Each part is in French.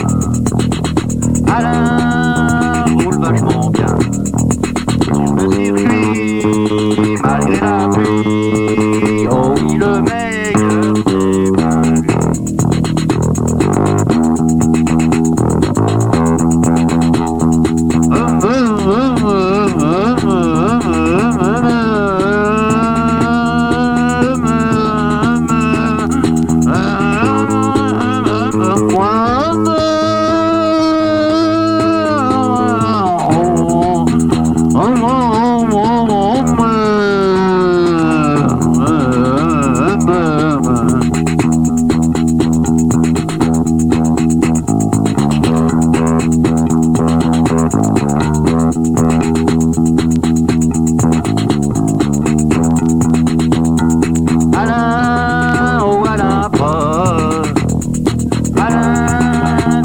Alain roule vachement bien. Le circuit, malgré la pluie. Oh oui, le meilleur, c'est bien lui. Alain, oh Alain Prost, Alain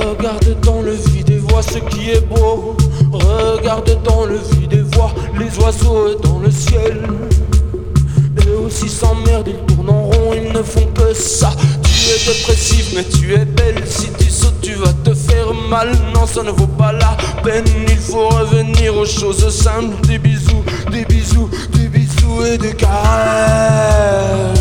Regarde dans le vide et vois ce qui est beau. Regarde dans le vide et vois les oiseaux dans le ciel. Eux aussi s'emmerdent, ils tournent en rond, ils ne font que ça. Tu es dépressif mais tu es belle. Si tu sautes tu vas te faire mal. Non, ça ne vaut pas la peine. Il faut revenir aux choses simples. Des bisous, des bisous, des bisous et des caresses.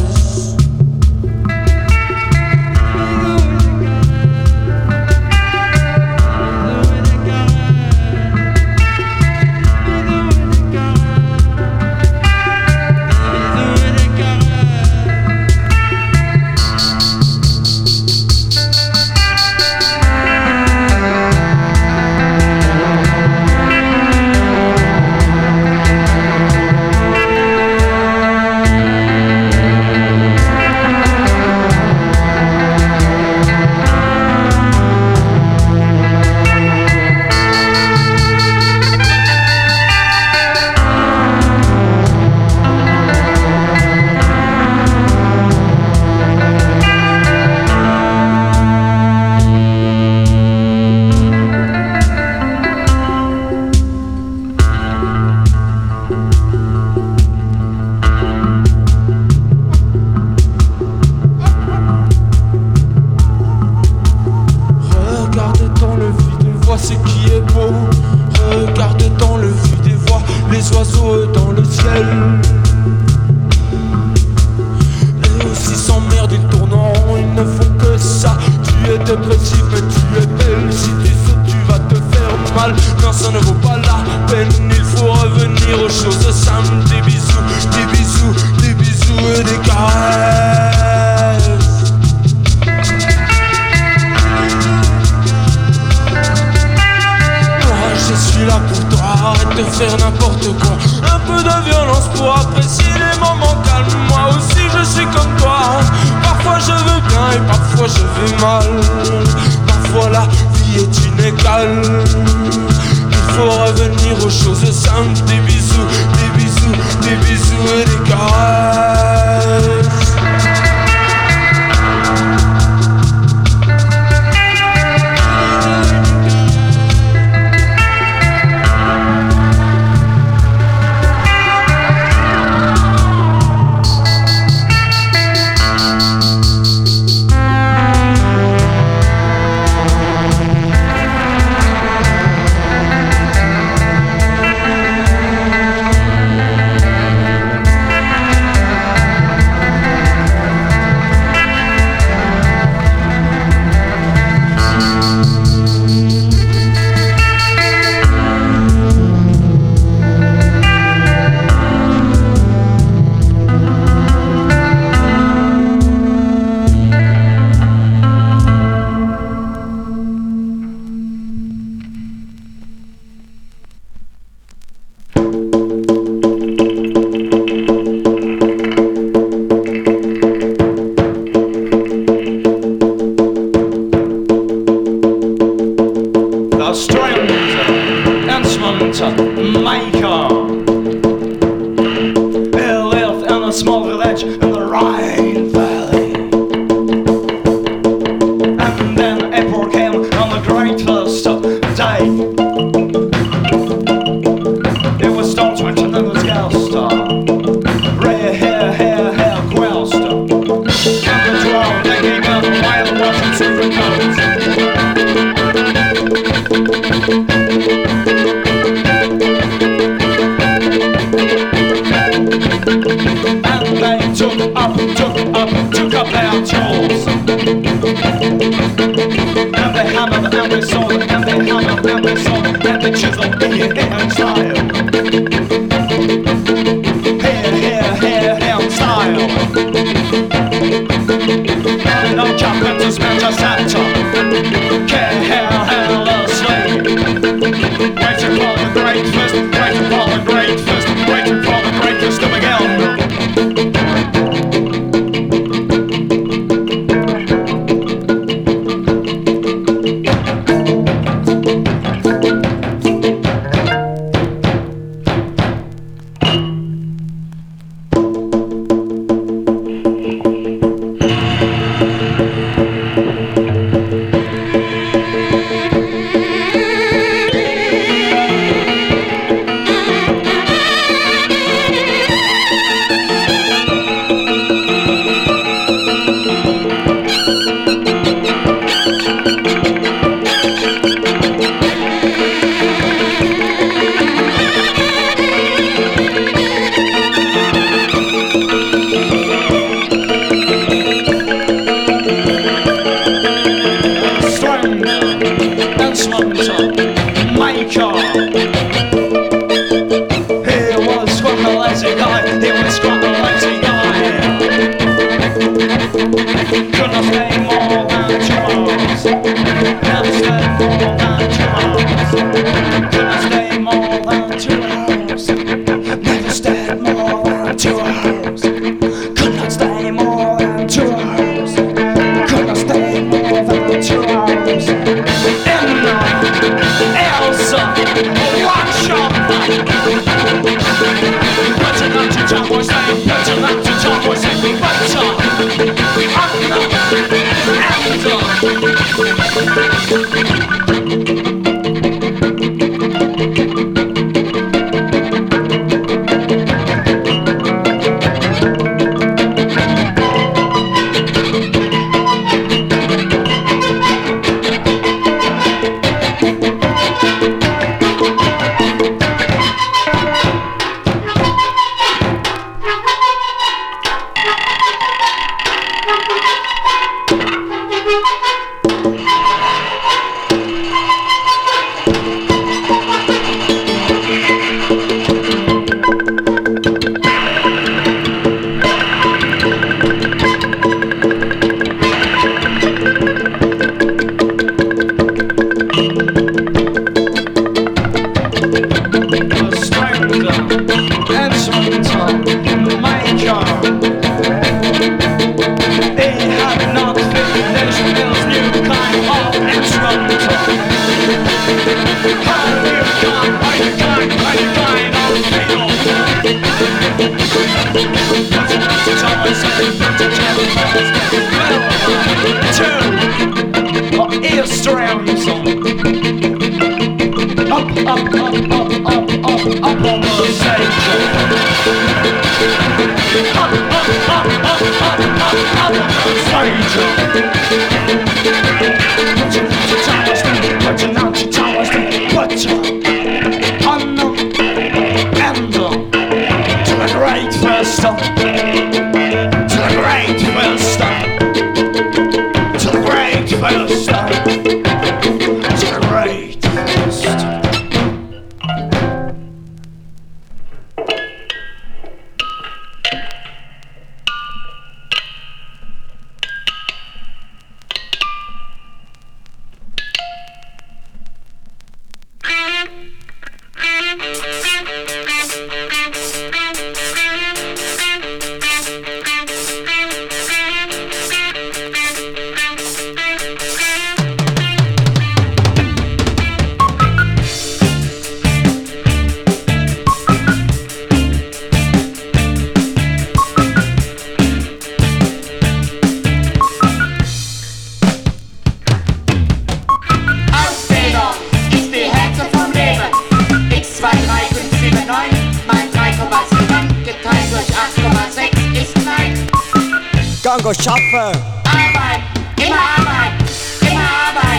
Go shoppen. Arbeit, immer Arbeit, immer Arbeit.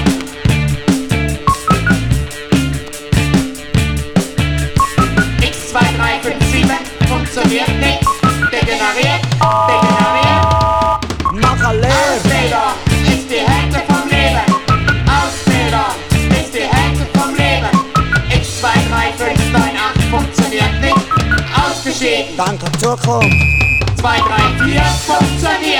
X, 2, 3, 5, 7 funktioniert nicht. Degeneriert, degeneriert. Mach leer. Ausbildung ist die Hälfte vom Leben. Ausbildung ist die Hälfte vom Leben. X, 2, 3, 5, 9, 8 funktioniert nicht. Ausgeschieden. Danke Zukunft. 2, 3, 4 funktioniert.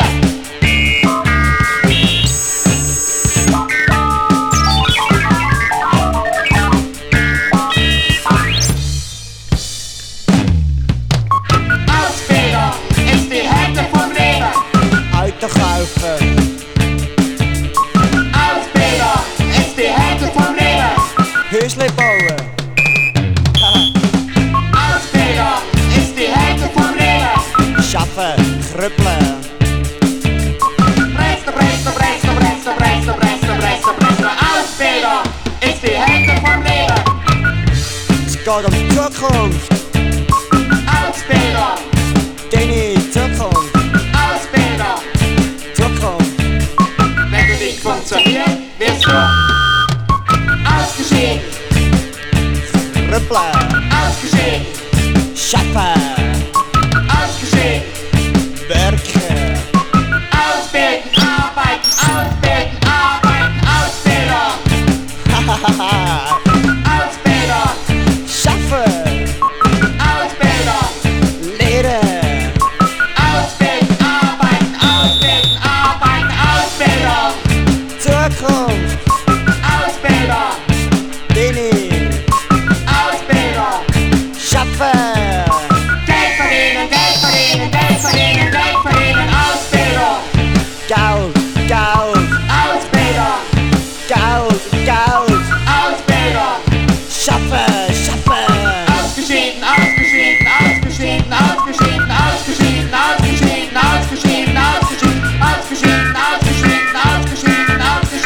Ausbildung ist die Hälfte vom Leben. Auto kaufen. Ausbildung ist die Hälfte vom Leben. Häusle bauen. Ausbildung ist die Hälfte vom Leben. Schaffen. Krüppeln. Presto, presto, presto, presto, presto, presto, presto, presto. Ausbildung ist die Hälfte vom Leben. Es geht um die Zukunft. Ausbildung, Deine Zukunft. Ausbildung. Zukunft. Wenn du nicht funktionierst, wirst du ausgeschieden, Krüppeln. ausgeschieden, Schaffen. ausgeschieden. Werken. Ausbilden, arbeiten, ausbilden, arbeiten, Ausbildung. Hahaha. Ausbildung, Schaffen. Ausbildung. Lehren. Ausbilden, arbeiten, ausbilden, arbeiten, Ausbildung. Zukunft. Ausbildung, Deine. Ausbildung. Schaffen. Geld verdienen, Geld verdienen, Geld verdienen, Geld verdienen, Ausbildung. Geld. Geld. Ausbildung, Geld. Geld. Ausbildung. Schaffen. Schaffen. Ausgeschieden, ausgeschieden, ausgeschieden, ausgeschieden, ausgeschieden, ausgeschieden, ausgeschieden, ausgeschieden, ausgeschieden, ausgeschieden, ausgeschieden, ausgeschieden.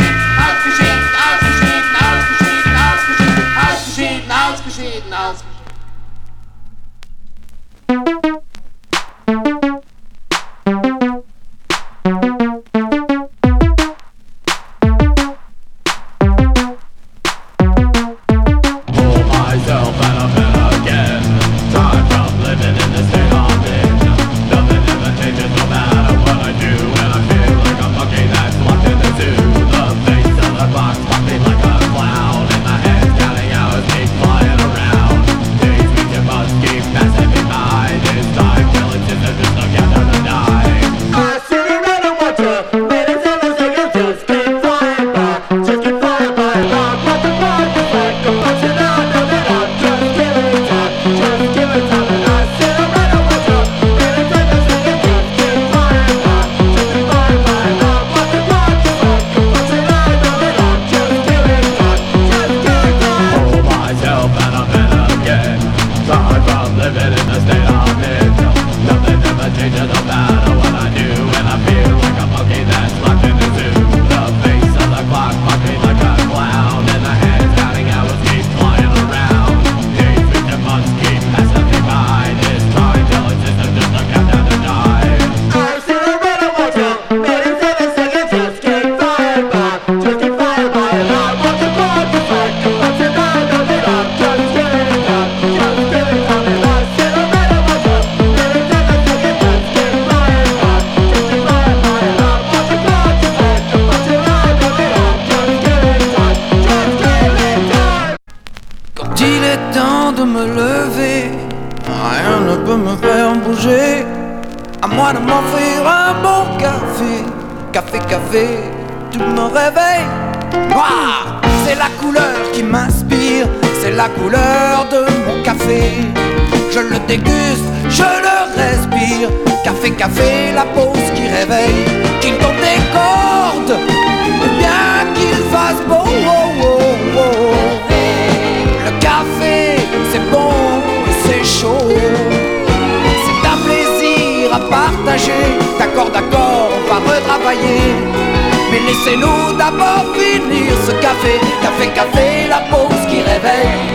Tout me réveille. Noir, c'est la couleur qui m'inspire, c'est la couleur de mon café. Je le déguste, je le respire. Café, café, la pause qui réveille. Qu'il tombe des cordes, ou bien qu'il fasse beau. Oh, oh, oh. Le café, c'est bon, c'est chaud. C'est un plaisir à partager. D'accord, d'accord, on va retravailler. Mais laissez-nous d'abord finir ce café. Café, café, la pause qui réveille.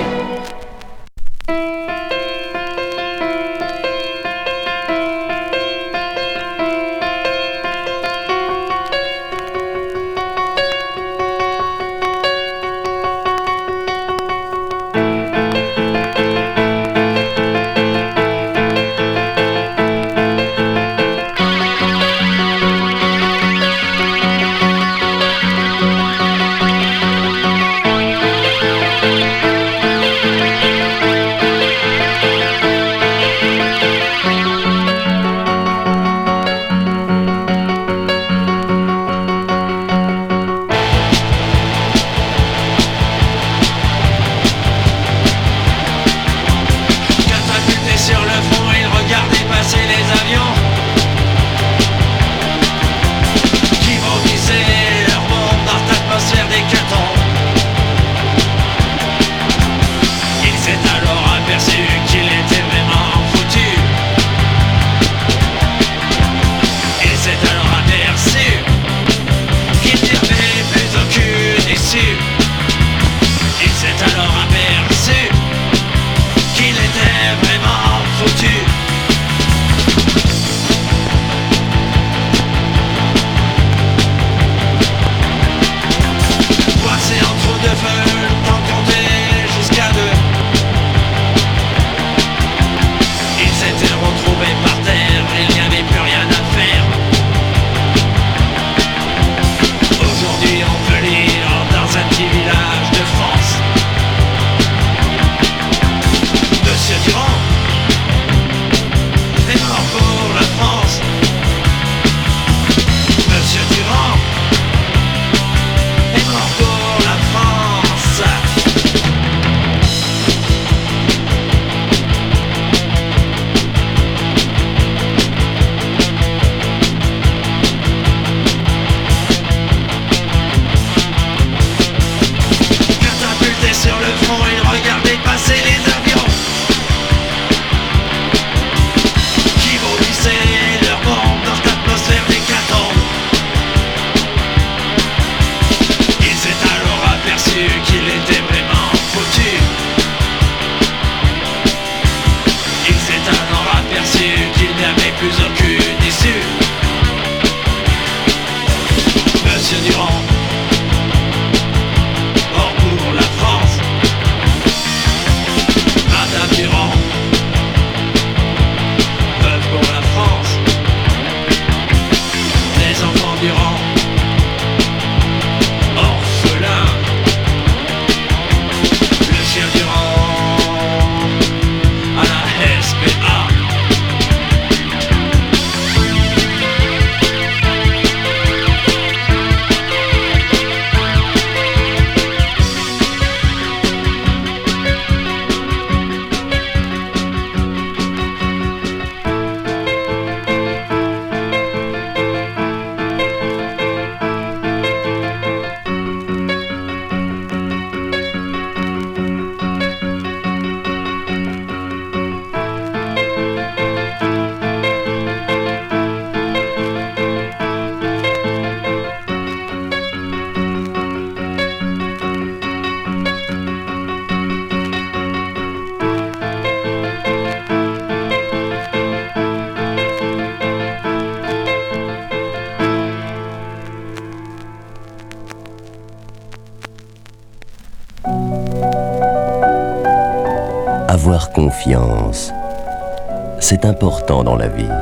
Avoir confiance, c'est important dans la vie.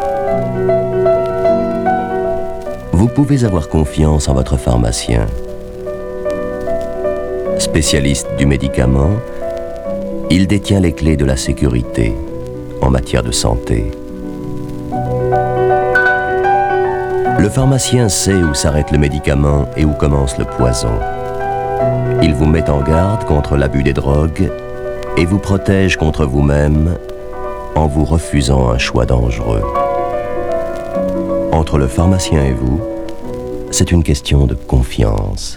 Vous pouvez avoir confiance en votre pharmacien. Spécialiste du médicament, il détient les clés de la sécurité en matière de santé. Le pharmacien sait où s'arrête le médicament et où commence le poison. Il vous met en garde contre l'abus des drogues et vous protège contre vous-même en vous refusant un choix dangereux. Entre le pharmacien et vous, c'est une question de confiance.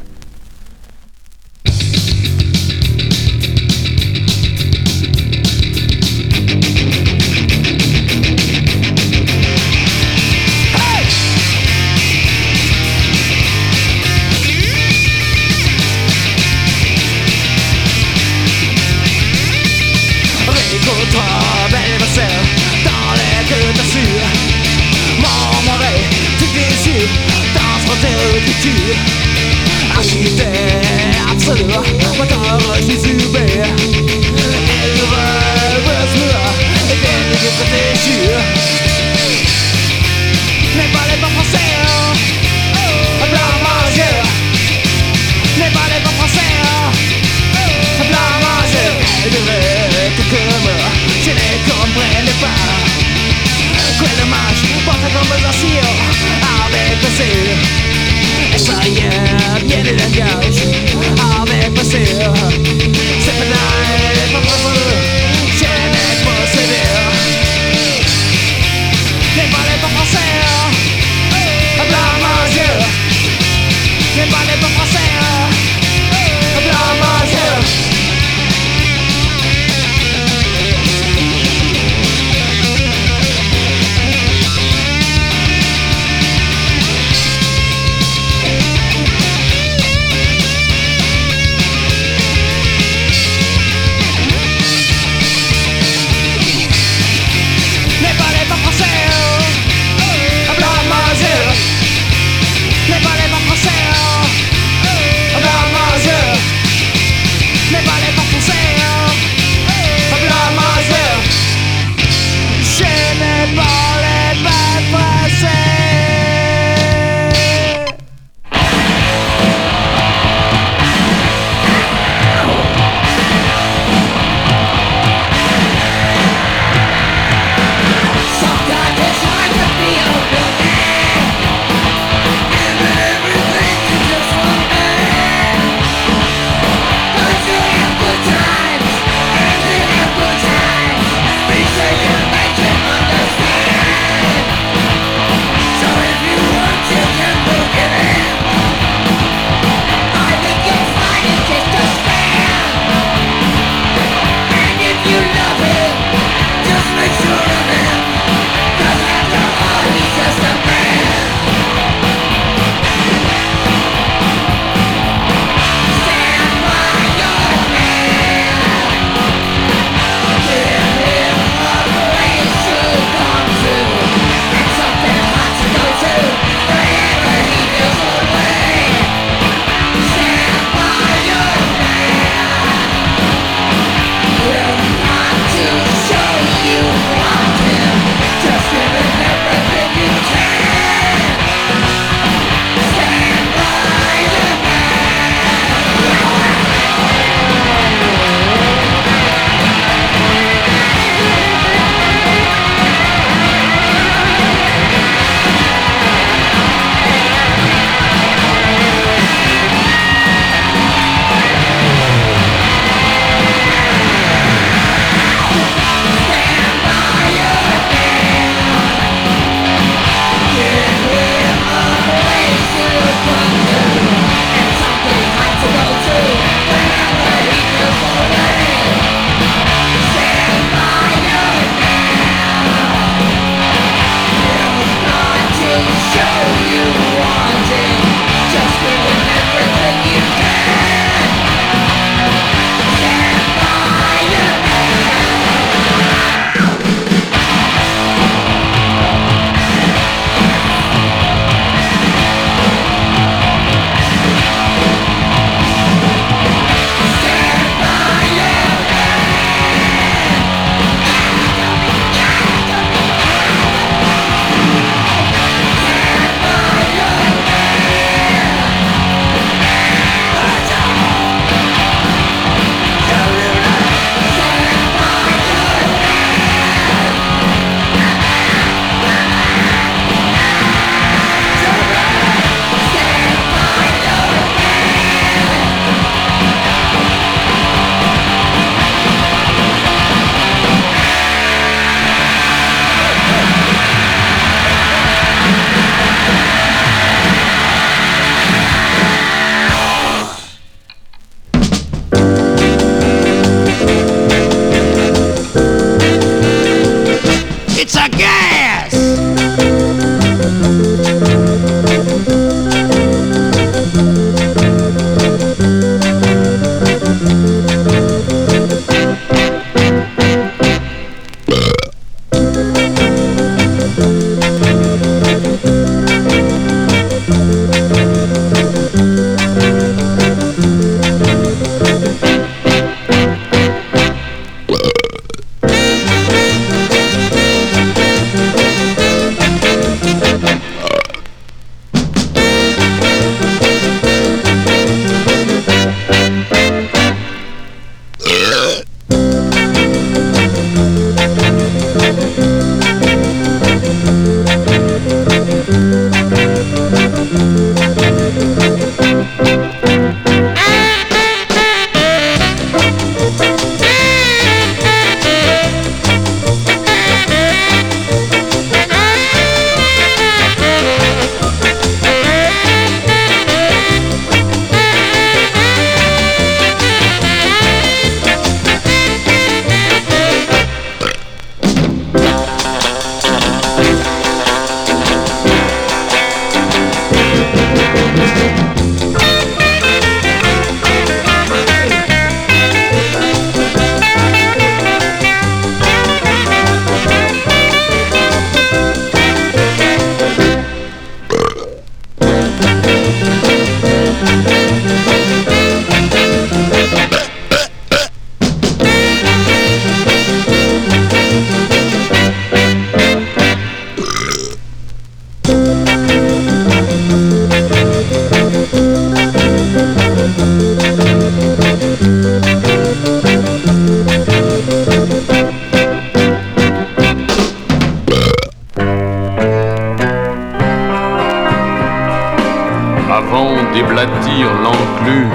l'enclume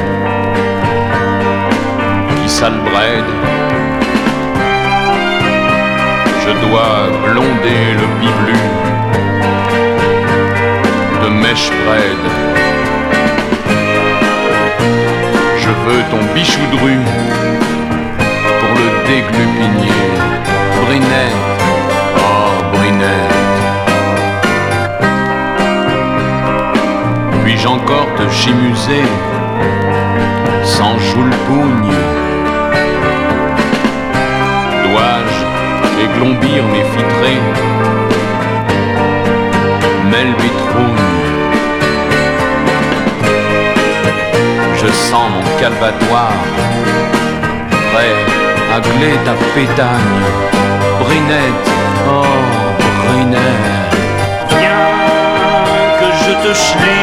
qui s'albrède. Je dois blonder le biblu de mèche brède. Je veux ton bichoudru pour le déglupinier. Brinette, oh Brinette. Puis-je encore te chimuser sans joulepougne? Dois-je églombir mes fitrés, mêle vitrougne? Je sens mon calvatoire, prêt à gler ta pétagne. Brinette, oh Brinette. Viens que je te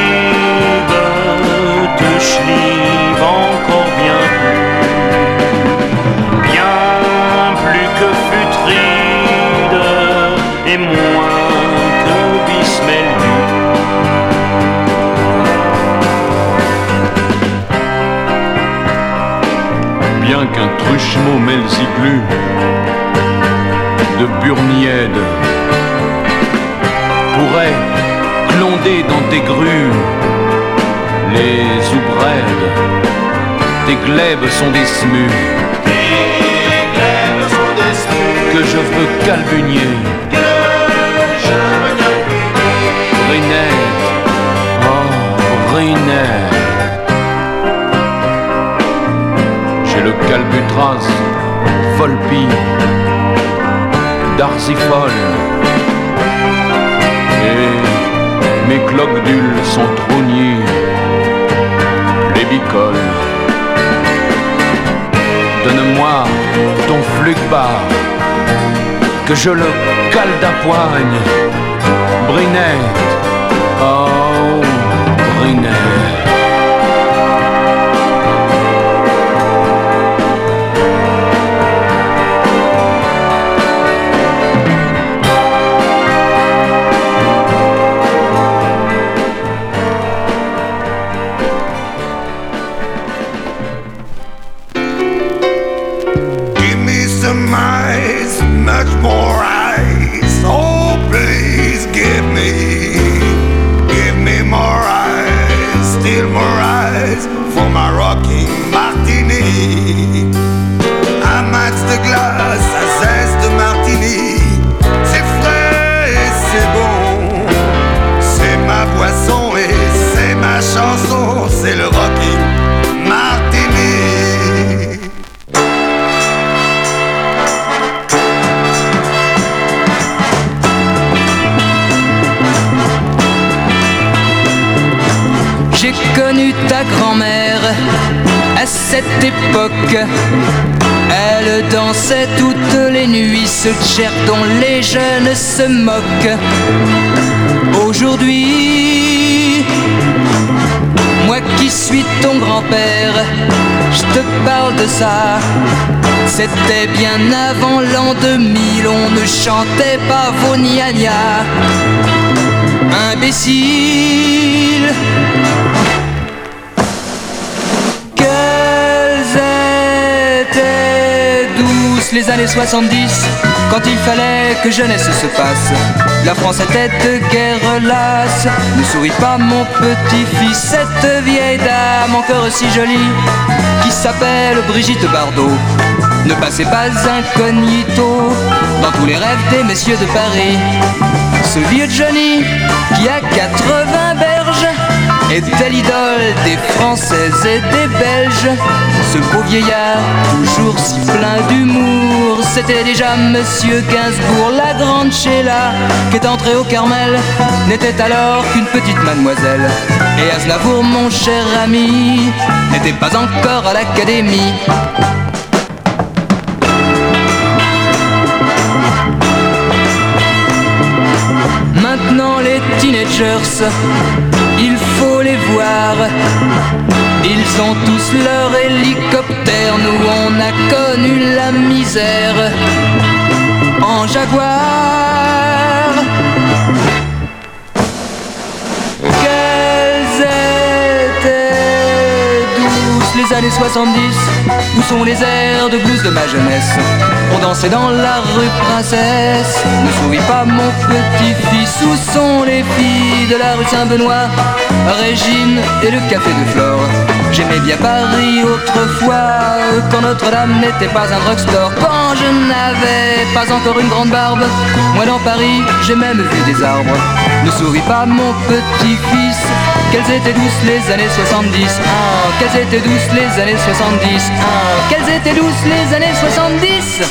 schlive encore bien plus que Futride et moins que Bismeldu. Bien qu'un truchemot melziglu de Burniède pourrait clonder dans tes grues les oubrèdes. Tes glaives sont des smus que je veux calbunier. Brinette, oh Brinette. J'ai le calbutras Volpi d'Arzifol et mes cloquedules sont trognies, les bicoles. Donne-moi ton flugbar, que je le cale d'appoigne. Brinette, oh Brinette. Much more eyes, oh please give me more eyes, still more eyes for my rocking martini. I match the glass, I cesse de martini. C'est frais et c'est bon, c'est ma boisson et c'est ma chanson, c'est le rocking martini. J'ai connu ta grand-mère à cette époque. Elle dansait toutes les nuits ce tchèr dont les jeunes se moquent. Aujourd'hui, moi qui suis ton grand-père, je te parle de ça. C'était bien avant l'an 2000, on ne chantait pas vos gna-gna. Imbécile. Quelles étaient douces les années 70, quand il fallait que jeunesse se passe. La France était de guerre lasse. Ne souris pas mon petit-fils, cette vieille dame encore si jolie, qui s'appelle Brigitte Bardot, ne passez pas incognito dans tous les rêves des messieurs de Paris. Ce vieux Johnny qui a 80 berges était l'idole des Françaises et des Belges. Ce beau vieillard, toujours si plein d'humour, c'était déjà Monsieur Gainsbourg. La grande Sheila, qui est entrée au Carmel, n'était alors qu'une petite mademoiselle. Et Aznavour, mon cher ami, n'était pas encore à l'académie. Maintenant les teenagers, il faut les voir. Ils ont tous leur hélicoptère, nous on a connu la misère en Jaguar. Quelles étaient douces les années 70? Où sont les airs de blues de ma jeunesse? On dansait dans la rue Princesse. Ne souris pas mon petit-fils. Où sont les filles de la rue Saint-Benoît? Régine et le café de Flore. J'aimais bien Paris autrefois, quand Notre-Dame n'était pas un drugstore, quand je n'avais pas encore une grande barbe. Moi dans Paris, j'ai même vu des arbres. Ne souris pas mon petit-fils, quelles étaient douces les années 70. Ah, quelles étaient douces les années 70. Ah, quelles étaient douces les années 70.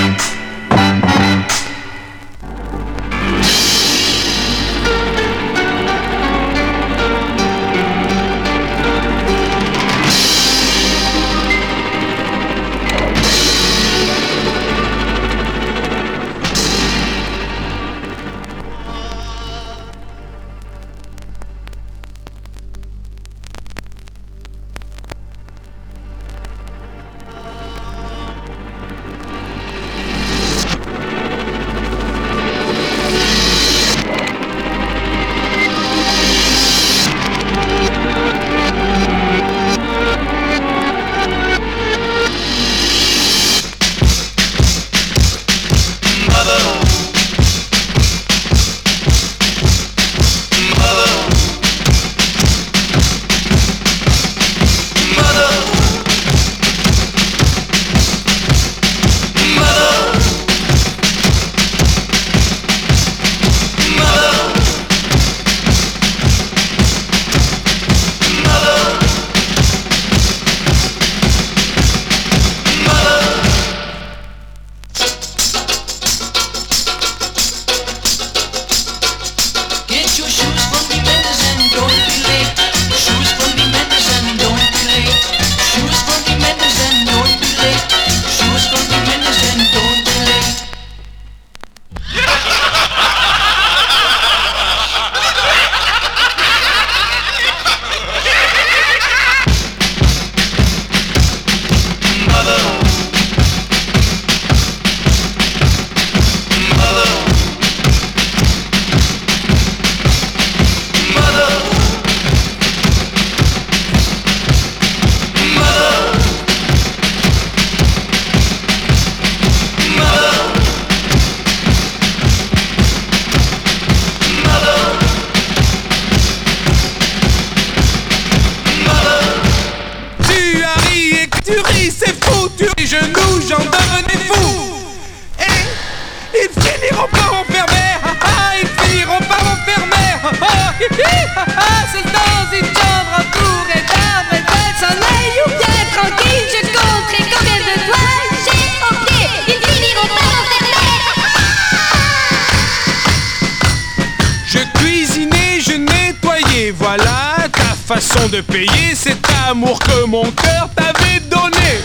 façon de payer cet amour que mon cœur t'avait donné.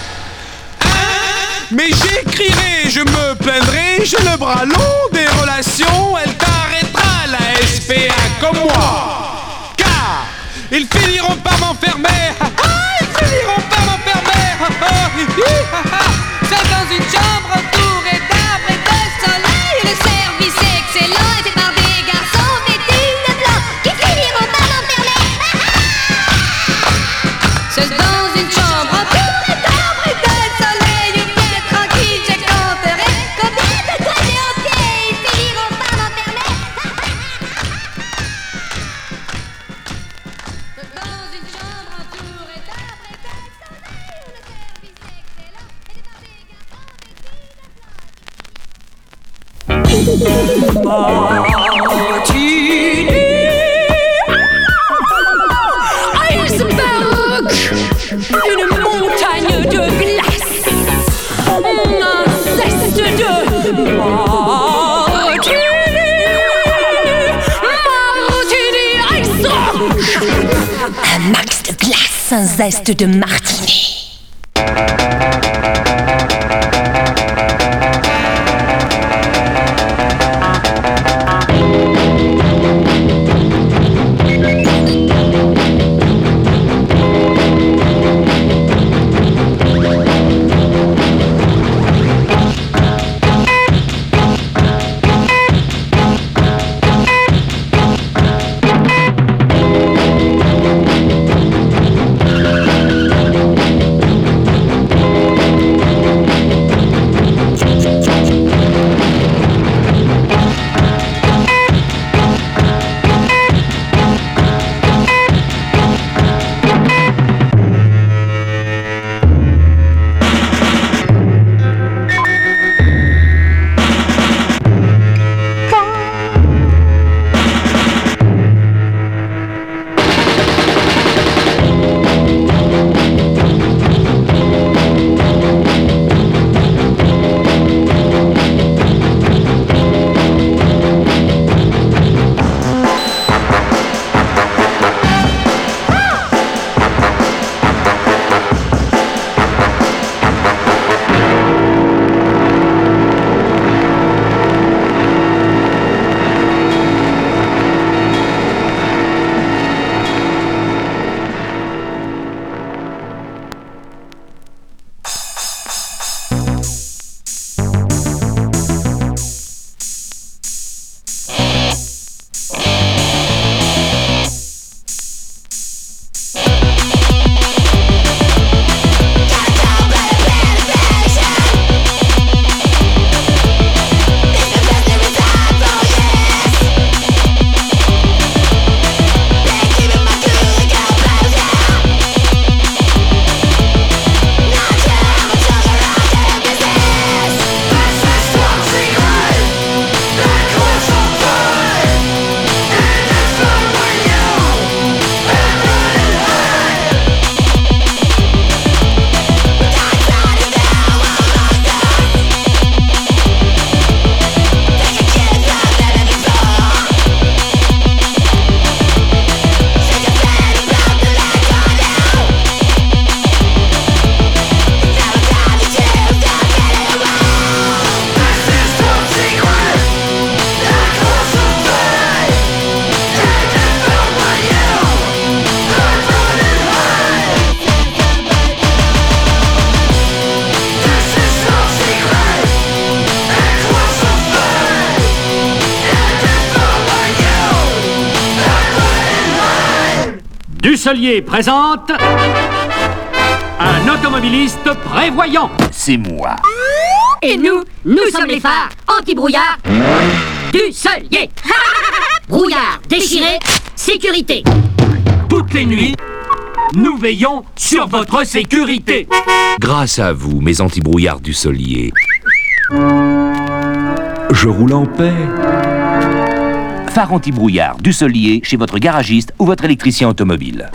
Mais j'écrirai, je me plaindrai, j'ai le bras long des relations, elle t'arrêtera la SPA comme moi. Car ils finiront par m'enfermer, ils finiront par m'enfermer. Seul dans une chambre entourée d'arbres et de soleil, le service excellent était par des garçons vêtus de blanc qui finiront par m'enfermer. Seul dans une chambre entourée d'arbres et de soleil, bien tranquille, je compterai combien de toiles entiers ils finiront par m'enfermer. Seul dans une chambre entourée d'arbres et de soleil, le service excellent était par des garçons vêtus de blanc. Iceberg, une montagne de glace, un zeste de martini, iceberg, un max de glace, un zeste de martini. Dussolier présente un automobiliste prévoyant. C'est moi. Et nous sommes les phares anti-brouillard Dussolier. Brouillard déchiré, sécurité. Toutes les nuits, nous veillons sur votre sécurité. Grâce à vous, mes anti-brouillards Dussolier, je roule en paix. Phare anti-brouillard Dussolier chez votre garagiste ou votre électricien automobile.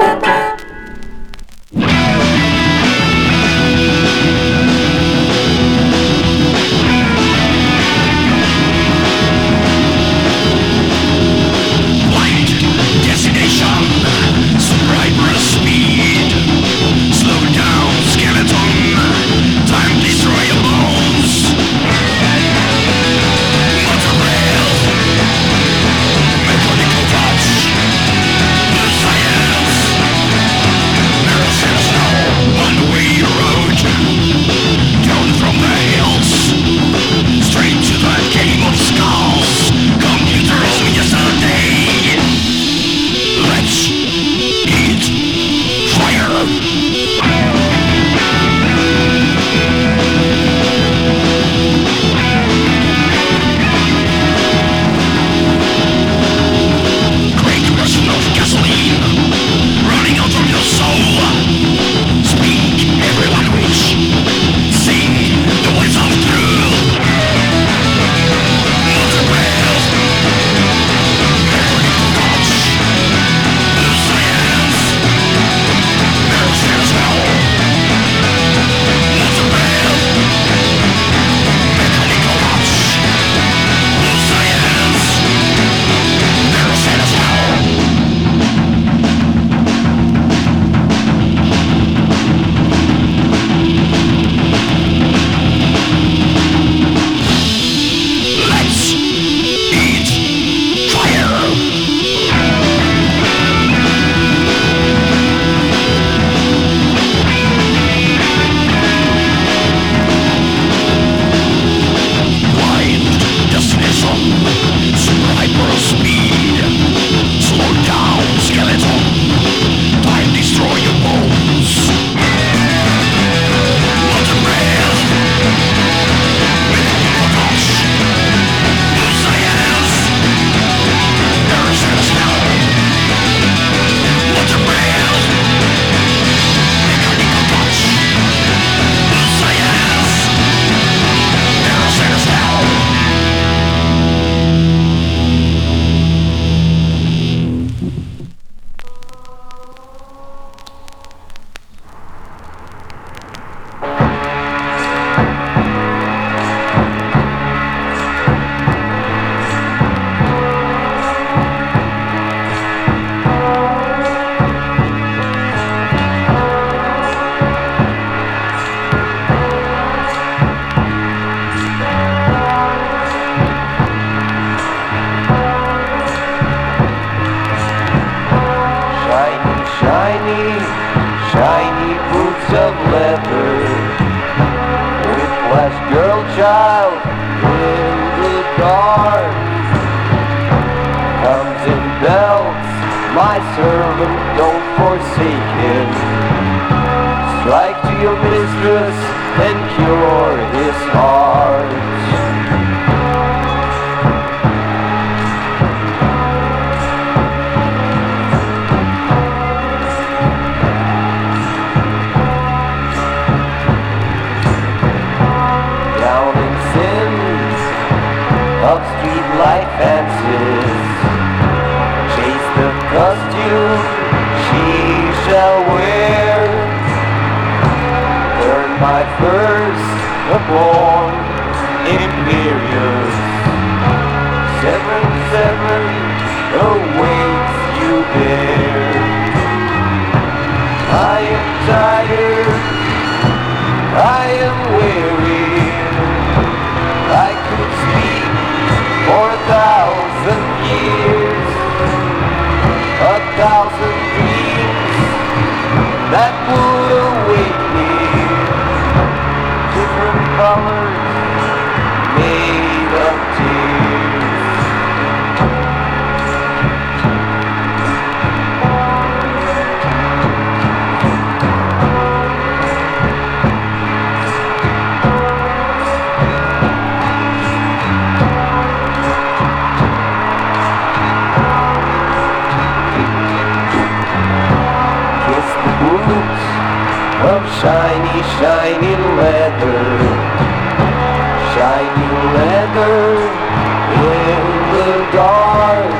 of shiny, shiny leather. Shiny leather in the dark.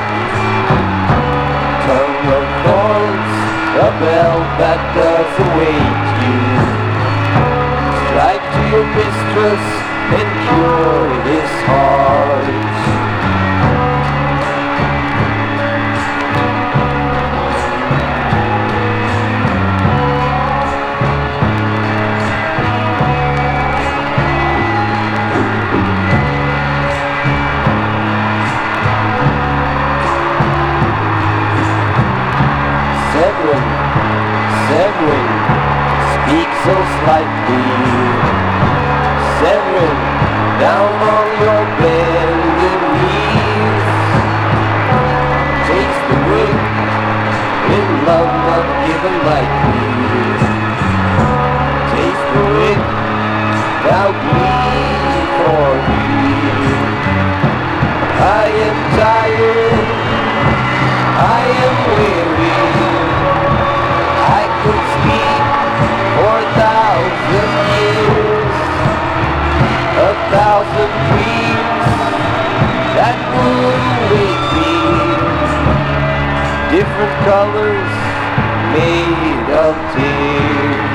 Tongue of thorns, a bell that does await you. Strike to your mistress and cure this heart. Severin, speak so slightly. Severin, down on your bended knees. Taste the ring, in love not given lightly. Taste the ring, thou bleed for me. I am tired, I am weary. I could speak for 1,000 years, 1,000 dreams that would wake me. Different colors made of tears.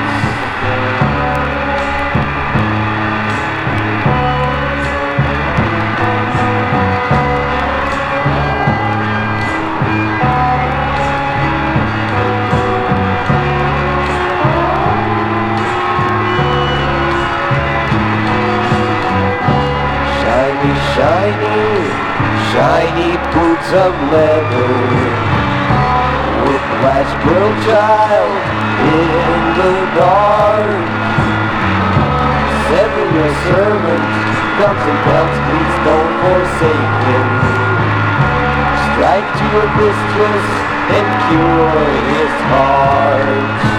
Shiny, shiny boots of leather. Whiplash girl child in the dark. Seven your servant comes and belts, please don't forsake him. Strike to your mistress and cure his heart.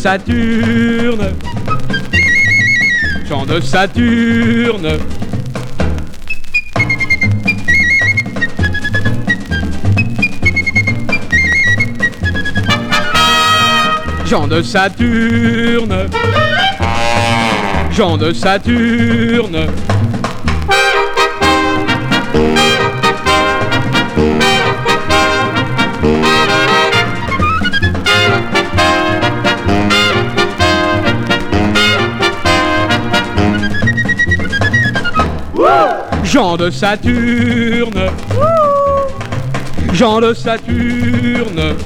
Saturne, Jean de Saturne. Jean de Saturne, Jean de Saturne. Jean de Saturne, Jean de Saturne.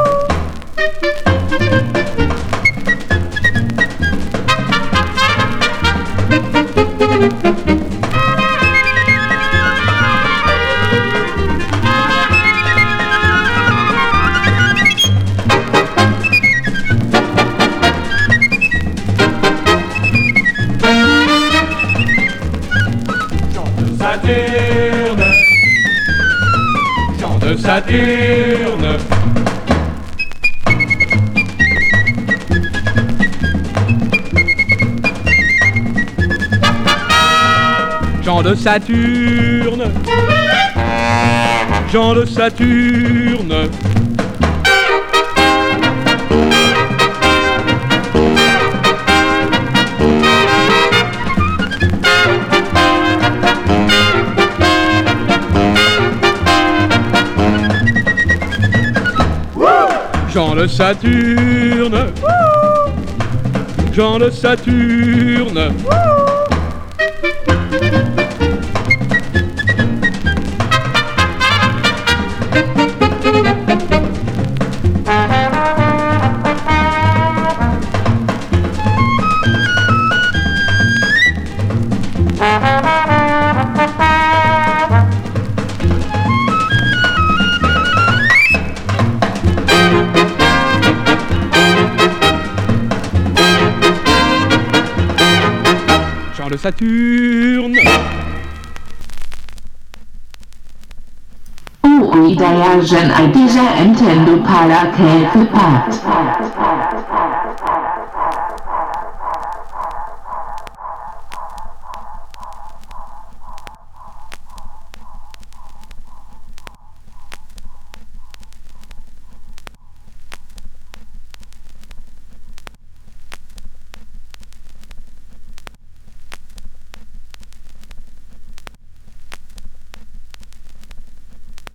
Jean de Saturne. Jean de Saturne, Jean de Saturne. Jean de Saturne, Jean de Saturne. Jean de Saturne. O ideea gen ai deja entendo para que